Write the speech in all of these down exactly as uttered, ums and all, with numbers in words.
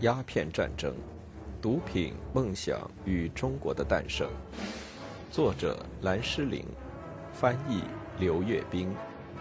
鸦片战争、毒品、梦想与中国的诞生。作者蓝诗玲，翻译刘月冰。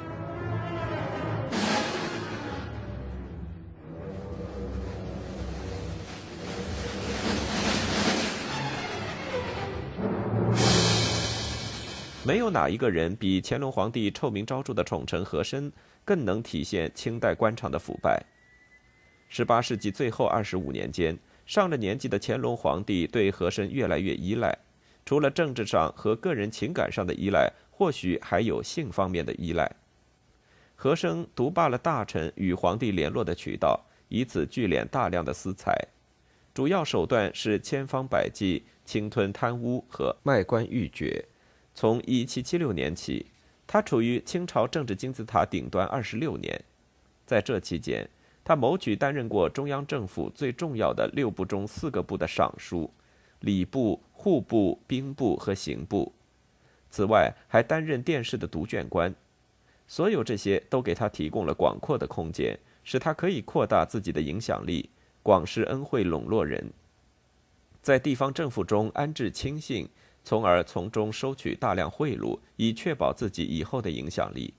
没有哪一个人比乾隆皇帝臭名昭著的宠臣和珅更能体现清代官场的腐败。十八世纪最后二十五年间，上了年纪的乾隆皇帝对和珅越来越依赖，除了政治上和个人情感上的依赖，或许还有性方面的依赖。和珅独霸了大臣与皇帝联络的渠道，以此聚敛大量的私财，主要手段是千方百计侵吞贪污和卖官鬻爵。从一七七六年起，他处于清朝政治金字塔顶端二十六年。在这期间，他谋取担任过中央政府最重要的六部中四个部的尚书，礼部、户部、兵部和刑部。此外，还担任殿试的读卷官。所有这些都给他提供了广阔的空间，使他可以扩大自己的影响力，广施恩惠，笼络人，在地方政府中安置亲信，从而从中收取大量贿赂，以确保自己以后的影响力。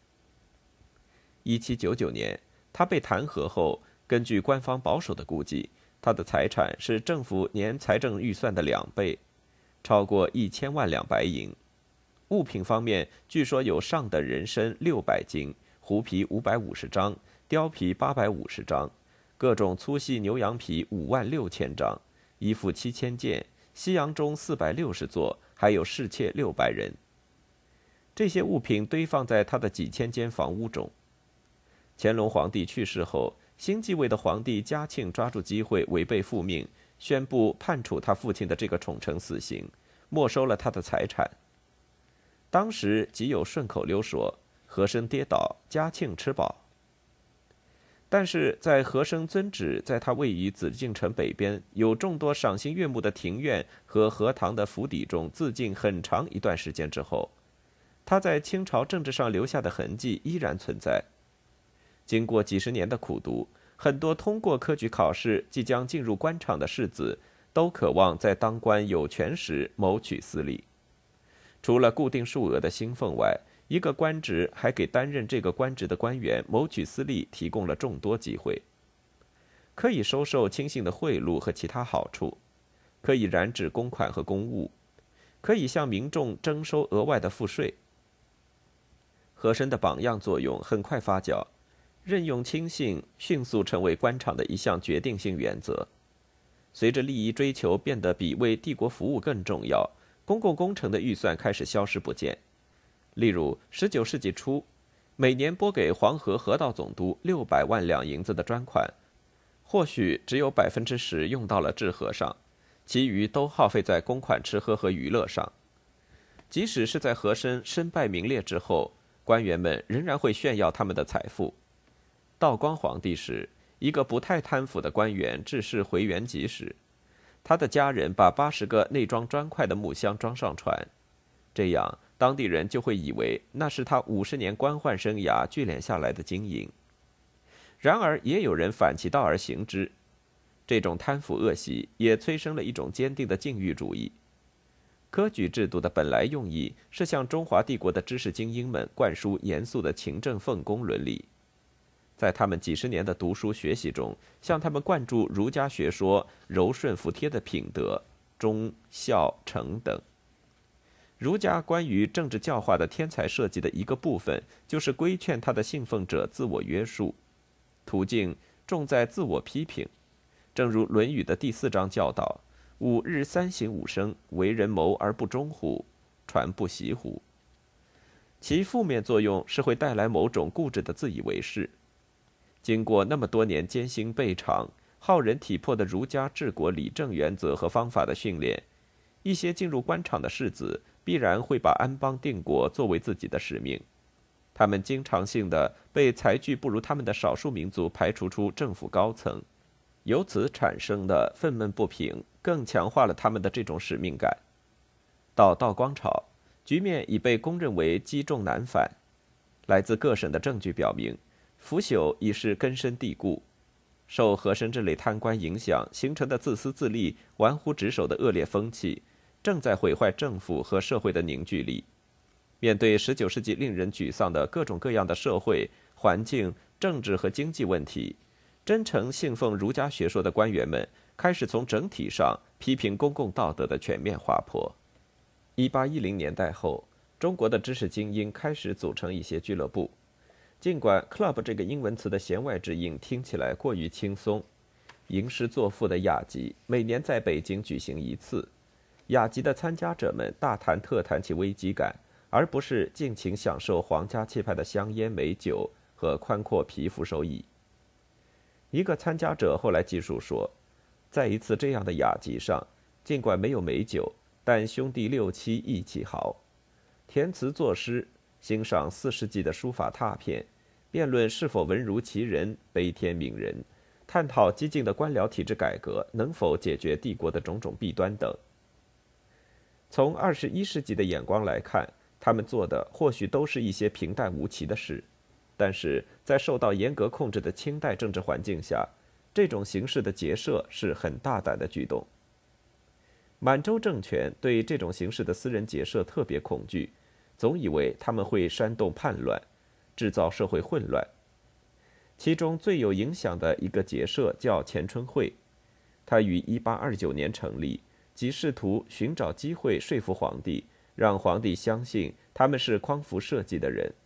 一七九九年，他被弹劾后，根据官方保守的估计，他的财产是政府年财政预算的两倍，超过一千万两白银。物品方面，据说有上等人参六百斤，狐皮五百五十张，貂皮八百五十张，各种粗细牛羊皮五万六千张，衣服七千件，西洋钟四百六十座，还有侍妾六百人。这些物品堆放在他的几千间房屋中。乾隆皇帝去世后，新继位的皇帝嘉庆抓住机会违背父命，宣布判处他父亲的这个宠臣死刑，没收了他的财产。当时即有顺口溜说：“和珅跌倒，嘉庆吃饱。”但是在和珅遵旨在他位于紫禁城北边有众多赏心悦目的庭院和荷塘的府邸中自尽很长一段时间之后，他在清朝政治上留下的痕迹依然存在。经过几十年的苦读，很多通过科举考试即将进入官场的士子都渴望在当官有权时谋取私利。除了固定数额的薪俸外，一个官职还给担任这个官职的官员谋取私利提供了众多机会。可以收受亲信的贿赂和其他好处，可以染指公款和公物，可以向民众征收额外的赋税。和珅的榜样作用很快发酵，任用亲信迅速成为官场的一项决定性原则。随着利益追求变得比为帝国服务更重要，公共工程的预算开始消失不见。例如十九世纪初，每年拨给黄河河道总督六百万两银子的专款，或许只有百分之十用到了治河上，其余都耗费在公款吃喝和娱乐上。即使是在和珅身败名裂之后，官员们仍然会炫耀他们的财富。道光皇帝时，一个不太贪腐的官员致仕回原籍时，他的家人把八十个内装砖块的木箱装上船，这样当地人就会以为那是他五十年官宦生涯聚敛下来的金银。然而也有人反其道而行之，这种贪腐恶习也催生了一种坚定的禁欲主义。科举制度的本来用意是向中华帝国的知识精英们灌输严肃的勤政奉公伦理，在他们几十年的读书学习中，向他们灌注儒家学说柔顺服帖的品德，忠孝诚等。儒家关于政治教化的天才设计的一个部分，就是规劝他的信奉者自我约束，途径重在自我批评。正如《论语》的第四章教导：“吾日三省吾身，为人谋而不忠乎？传不习乎？”其负面作用是会带来某种固执的自以为是。经过那么多年艰辛备尝、耗人体魄的儒家治国理政原则和方法的训练，一些进入官场的士子必然会把安邦定国作为自己的使命。他们经常性的被才具不如他们的少数民族排除出政府高层，由此产生的愤懑不平更强化了他们的这种使命感。到道光朝，局面已被公认为积重难返。来自各省的证据表明，腐朽已是根深蒂固。 受和珅这类贪官影响形成的自私自利、玩忽职守的恶劣风气，正在毁坏政府和社会的凝聚力。面对十九世纪令人沮丧的各种各样的社会、环境、政治和经济问题，真诚信奉儒家学说的官员们开始从整体上批评公共道德的全面滑坡。一八一零年代后，中国的知识精英开始组成一些俱乐部。尽管 club 这个英文词的弦外之音听起来过于轻松，吟诗作赋的雅集每年在北京举行一次，雅集的参加者们大谈特谈其危机感，而不是尽情享受皇家气派的香烟美酒和宽阔皮肤收益。一个参加者后来记述说，在一次这样的雅集上，尽管没有美酒，但兄弟六七一起豪，填词作诗，欣赏四世纪的书法拓片，辩论是否文如其人、悲天悯人，探讨激进的官僚体制改革能否解决帝国的种种弊端等。从二十一世纪的眼光来看，他们做的或许都是一些平淡无奇的事，但是在受到严格控制的清代政治环境下，这种形式的结社是很大胆的举动。满洲政权对这种形式的私人结社特别恐惧，总以为他们会煽动叛乱，制造社会混乱。其中最有影响的一个结社叫乾春会，它于一八二九年成立，即试图寻找机会说服皇帝，让皇帝相信他们是匡扶社稷的人。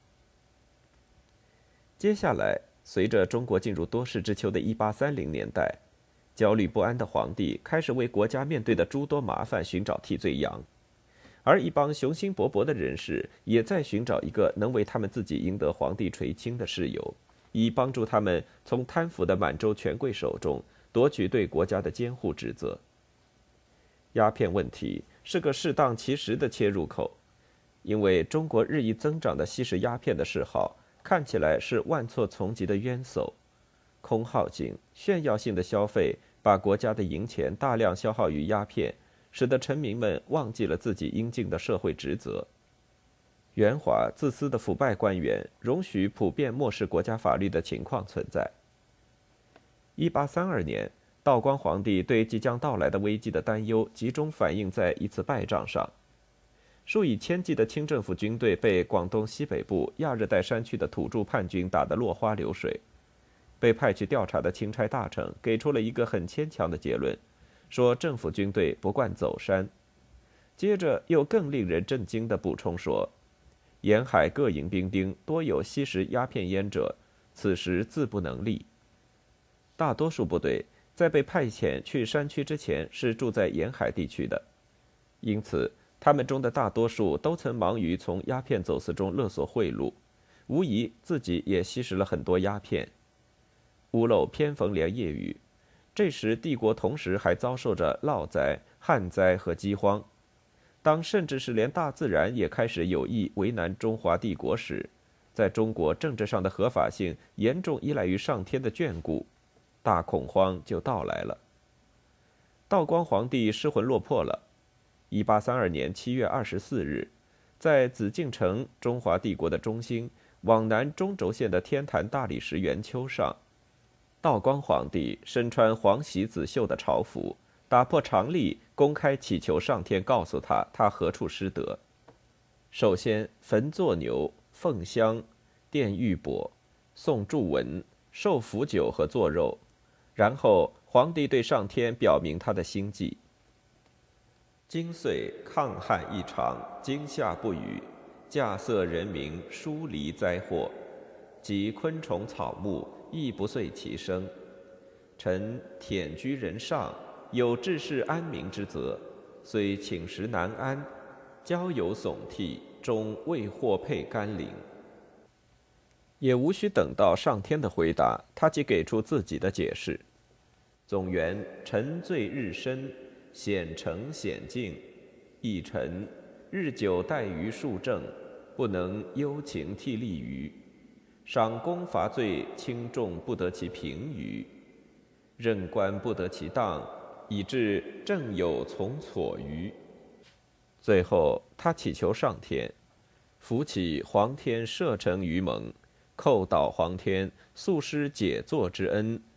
接下来，随着中国进入多事之秋的一八三零年代，焦虑不安的皇帝开始为国家面对的诸多麻烦寻找替罪羊，而一帮雄心勃勃的人士也在寻找一个能为他们自己赢得皇帝垂青的事由，以帮助他们从贪腐的满洲权贵手中夺取对国家的监护职责。鸦片问题是个适当其时的切入口，因为中国日益增长的吸食鸦片的嗜好看起来是万错丛集的冤首，空耗性、炫耀性的消费把国家的银钱大量消耗于鸦片，使得臣民们忘记了自己应尽的社会职责。圆滑自私的腐败官员容许普遍漠视国家法律的情况存在。一八三二年，道光皇帝对即将到来的危机的担忧集中反映在一次败仗上。数以千计的清政府军队被广东西北部亚热带山区的土著叛军打得落花流水。被派去调查的钦差大臣给出了一个很牵强的结论，说政府军队不惯走山。接着又更令人震惊地补充说，沿海各营兵丁多有吸食鸦片烟者，此时自不能立。大多数部队在被派遣去山区之前是住在沿海地区的，因此他们中的大多数都曾忙于从鸦片走私中勒索贿赂，无疑自己也吸食了很多鸦片。屋漏偏逢连夜雨，这时帝国同时还遭受着涝灾、旱灾和饥荒。当甚至是连大自然也开始有意为难中华帝国时，在中国政治上的合法性严重依赖于上天的眷顾，大恐慌就到来了。道光皇帝失魂落魄了。一八三二年七月二十四日，在紫禁城中华帝国的中心往南中轴线的天坛大理石圆丘上，道光皇帝身穿黄喜紫绣的朝服，打破常例，公开祈求上天告诉他他何处失德。首先焚坐牛、奉香、奠玉帛、诵祝文、受符酒和做肉，然后皇帝对上天表明他的心迹。今岁抗旱异常，惊吓不语，稼穑人民疏离灾祸，及昆虫草木亦不遂其生。臣忝居人上，有治世安民之责，虽寝食难安，交友悚替，终未获配甘霖。也无需等到上天的回答，他即给出自己的解释。总原臣罪日深，险诚险境，亦臣日久怠于庶政，不能忧情替力于，赏功罚罪，轻重不得其平于，任官不得其当，以致政有从错于。最后，他祈求上天扶起皇天赦臣于蒙，叩倒皇天，速施解作之恩，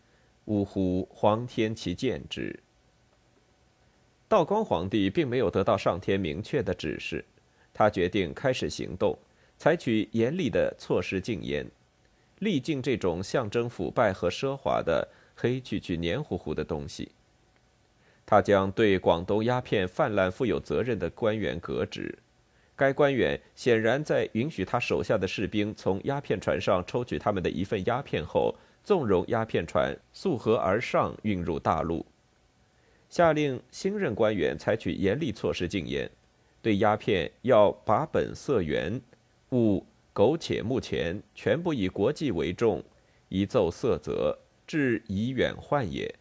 呜呼，皇天其见之。道光皇帝并没有得到上天明确的指示，他决定开始行动，采取严厉的措施禁烟，力禁这种象征腐败和奢华的黑黢黢黏糊糊的东西。他将对广东鸦片泛滥负有责任的官员革职。该官员显然在允许他手下的士兵从鸦片船上抽取他们的一份鸦片后，纵容鸦片船溯河而上运入大陆。下令新任官员采取严厉措施禁烟，对鸦片要把本色源，勿苟且目前，全部以国际为重，一奏色泽，至以远患也。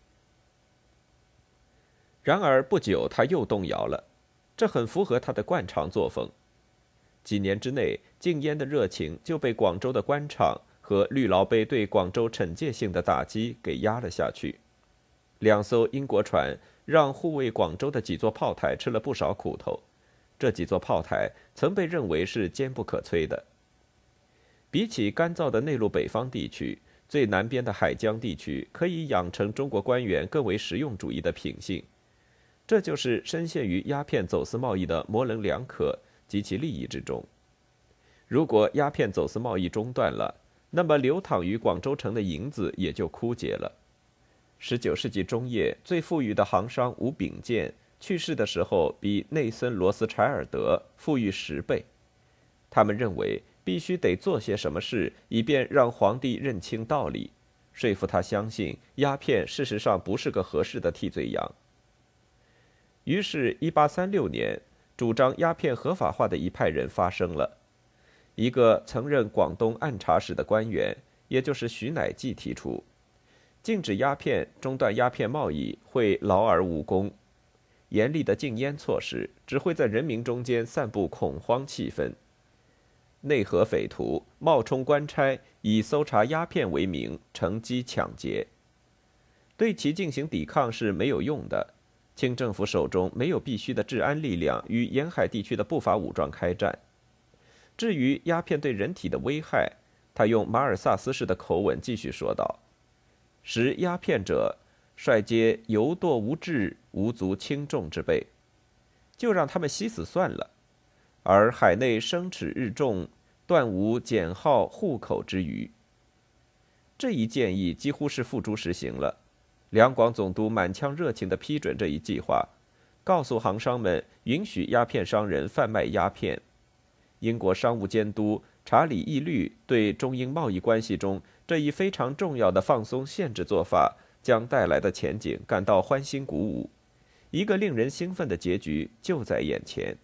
然而不久，他又动摇了，这很符合他的惯常作风。几年之内，禁烟的热情就被广州的官场和绿劳杯对广州惩戒性的打击给压了下去。两艘英国船让护卫广州的几座炮台吃了不少苦头，这几座炮台曾被认为是坚不可摧的。比起干燥的内陆北方地区，最南边的海疆地区可以养成中国官员更为实用主义的品性。这就是深陷于鸦片走私贸易的模棱两可及其利益之中。如果鸦片走私贸易中断了，那么流淌于广州城的银子也就枯竭了。十九世纪中叶，最富裕的行商吴秉鉴去世的时候，比内森·罗斯柴尔德富裕十倍。他们认为必须得做些什么事，以便让皇帝认清道理，说服他相信鸦片事实上不是个合适的替罪羊。于是一八三六年，主张鸦片合法化的一派人发生了。一个曾任广东按察使的官员，也就是徐乃济提出，禁止鸦片、中断鸦片贸易会劳而无功。严厉的禁烟措施只会在人民中间散布恐慌气氛。内河匪徒冒充官差，以搜查鸦片为名，乘机抢劫。对其进行抵抗是没有用的。清政府手中没有必须的治安力量与沿海地区的不法武装开战。至于鸦片对人体的危害，他用马尔萨斯式的口吻继续说道：“食鸦片者，率皆犹惰无志、无足轻重之辈，就让他们吸死算了。而海内生齿日重，断无减号户口之余。”这一建议几乎是付诸实行了。两广总督满腔热情地批准这一计划，告诉行商们允许鸦片商人贩卖鸦片。英国商务监督查理·义律对中英贸易关系中这一非常重要的放松限制做法将带来的前景感到欢欣鼓舞，一个令人兴奋的结局就在眼前。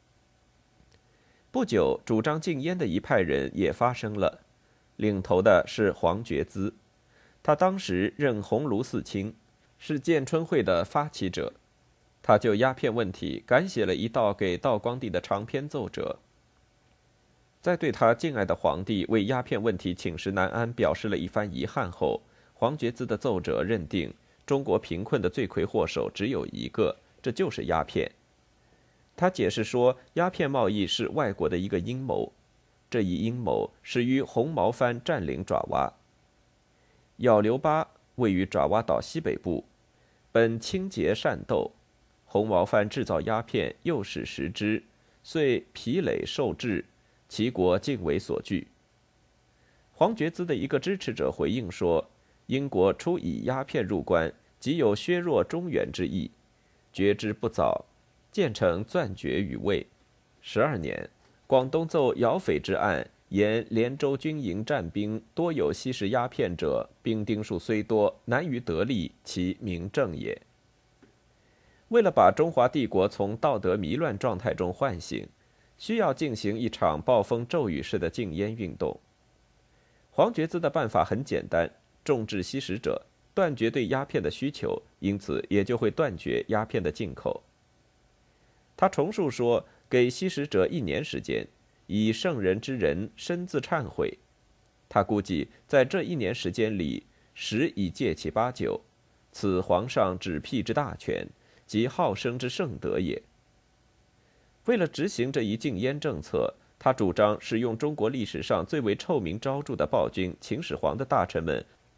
不久，主张禁烟的一派人也发生了，领头的是黄觉滋。他当时任鸿胪寺卿，是建春会的发起者。他就鸦片问题赶写了一道给道光帝的长篇奏折。在对他敬爱的皇帝为鸦片问题寝食难安表示了一番遗憾后，黄觉滋的奏折认定中国贫困的罪魁祸首只有一个，这就是鸦片。他解释说，鸦片贸易是外国的一个阴谋，这一阴谋始于红毛番占领爪哇。咬留巴位于爪哇岛西北部，本清洁善斗，红毛番制造鸦片，诱使食之，遂疲累受制，其国尽为所惧。黄觉滋的一个支持者回应说，英国初以鸦片入关，即有削弱中原之意，决之不早，渐成钻掘于魏。十二年，广东奏姚匪之案，言连州军营战兵多有吸食鸦片者，兵丁数虽多，难于得利，其名正也。为了把中华帝国从道德迷乱状态中唤醒，需要进行一场暴风骤雨式的禁烟运动。黄觉滋的办法很简单，重治吸食者，断绝对鸦片的需求，因此也就会断绝鸦片的进口。他重述说，给吸食者一年时间，以圣人之仁深自忏悔。他估计在这一年时间里，时已戒其八九，此皇上指辟之大权，即好生之圣德也。为了执行这一禁烟政策，他主张使用中国历史上最为臭名昭著的暴君秦始皇的大臣们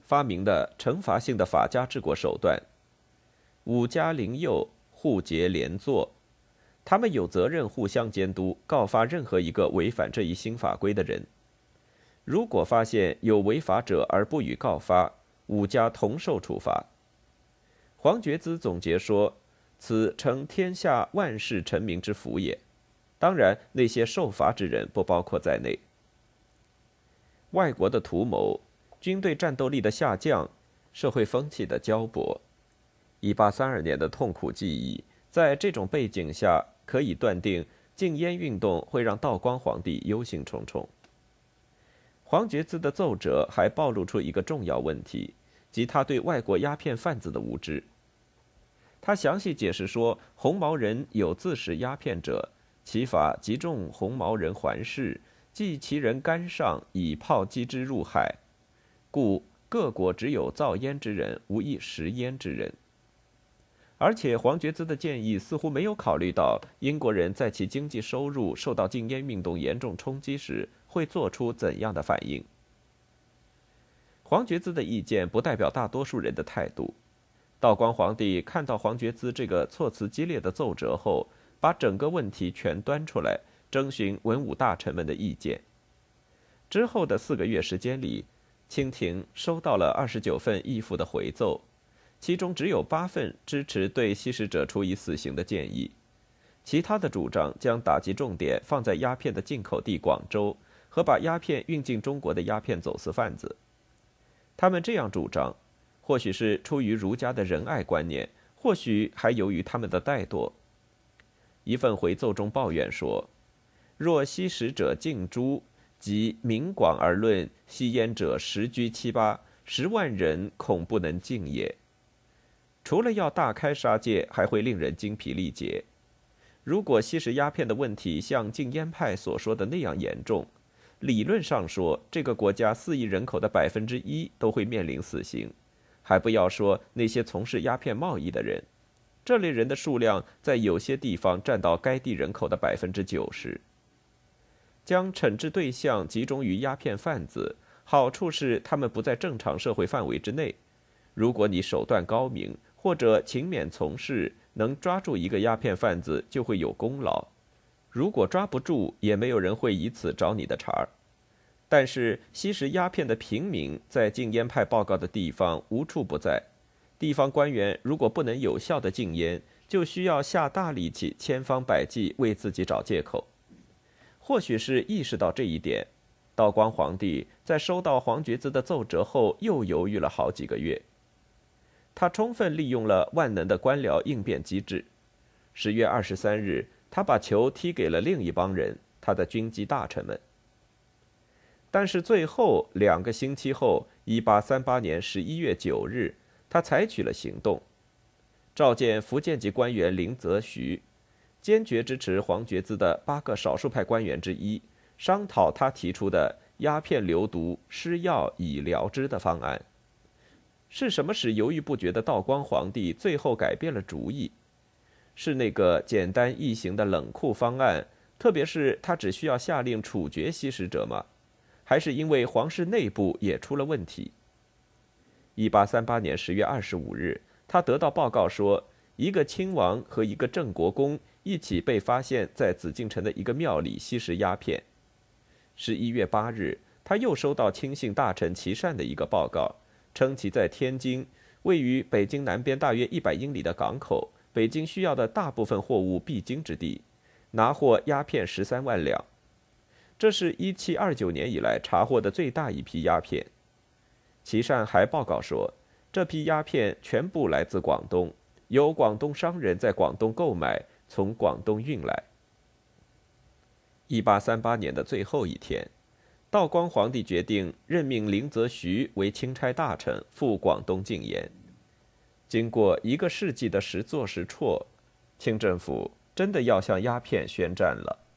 发明的惩罚性的法家治国手段。五家灵佑互结连坐，他们有责任互相监督，告发任何一个违反这一新法规的人。如果发现有违法者而不予告发，五家同受处罚。黄觉滋总结说：“此诚天下万世臣民之福也。”当然，那些受罚之人不包括在内。外国的图谋、军队战斗力的下降、社会风气的焦薄，一八三二年的痛苦记忆，在这种背景下，可以断定禁烟运动会让道光皇帝忧心忡忡。黄觉滋的奏折还暴露出一个重要问题，即他对外国鸦片贩子的无知。他详细解释说，红毛人有自食鸦片者，其法即众红毛人环视，即其人干上，以炮击之入海，故各国只有造烟之人，无一食烟之人。而且黄觉滋的建议似乎没有考虑到英国人在其经济收入受到禁烟运动严重冲击时会做出怎样的反应。黄觉滋的意见不代表大多数人的态度。道光皇帝看到黄觉滋这个措辞激烈的奏折后，把整个问题全端出来，征询文武大臣们的意见。之后的四个月时间里，清廷收到了二十九份义父的回奏，其中只有八份支持对吸食者处以死刑的建议，其他的主张将打击重点放在鸦片的进口地广州和把鸦片运进中国的鸦片走私贩子。他们这样主张，或许是出于儒家的仁爱观念，或许还由于他们的怠惰。一份回奏中抱怨说：“若吸食者尽诛，即明广而论，吸烟者十居七八，十万人恐不能尽也。”除了要大开杀戒，还会令人精疲力竭。如果吸食鸦片的问题像禁烟派所说的那样严重，理论上说，这个国家四亿人口的百分之一都会面临死刑，还不要说那些从事鸦片贸易的人，这类人的数量在有些地方占到该地人口的百分之九十。将惩治对象集中于鸦片贩子，好处是他们不在正常社会范围之内。如果你手段高明，或者勤勉从事，能抓住一个鸦片贩子，就会有功劳；如果抓不住，也没有人会以此找你的茬儿。但是吸食鸦片的平民在禁烟派报告的地方无处不在，地方官员如果不能有效的禁烟，就需要下大力气，千方百计为自己找借口。或许是意识到这一点，道光皇帝在收到黄觉滋的奏折后，又犹豫了好几个月。他充分利用了万能的官僚应变机制。十月二十三日，他把球踢给了另一帮人，他的军机大臣们。但是最后两个星期后，一八三八年十一月九日，他采取了行动，召见福建籍官员林则徐，坚决支持黄觉滋的八个少数派官员之一，商讨他提出的鸦片流毒、施药以疗之的方案。是什么使犹豫不决的道光皇帝最后改变了主意？是那个简单易行的冷酷方案，特别是他只需要下令处决吸食者吗？还是因为皇室内部也出了问题？一八三八年十月二十五日，他得到报告说，一个亲王和一个郑国公一起被发现在紫禁城的一个庙里吸食鸦片。十一月八日，他又收到亲信大臣琦善的一个报告，称其在天津，位于北京南边大约一百英里的港口，北京需要的大部分货物必经之地，拿获鸦片十三万两。这是一七二九年以来查获的最大一批鸦片。琦善还报告说，这批鸦片全部来自广东，由广东商人在广东购买，从广东运来。一八三八年的最后一天，道光皇帝决定任命林则徐为钦差大臣，赴广东禁烟。经过一个世纪的时作时辍，清政府真的要向鸦片宣战了。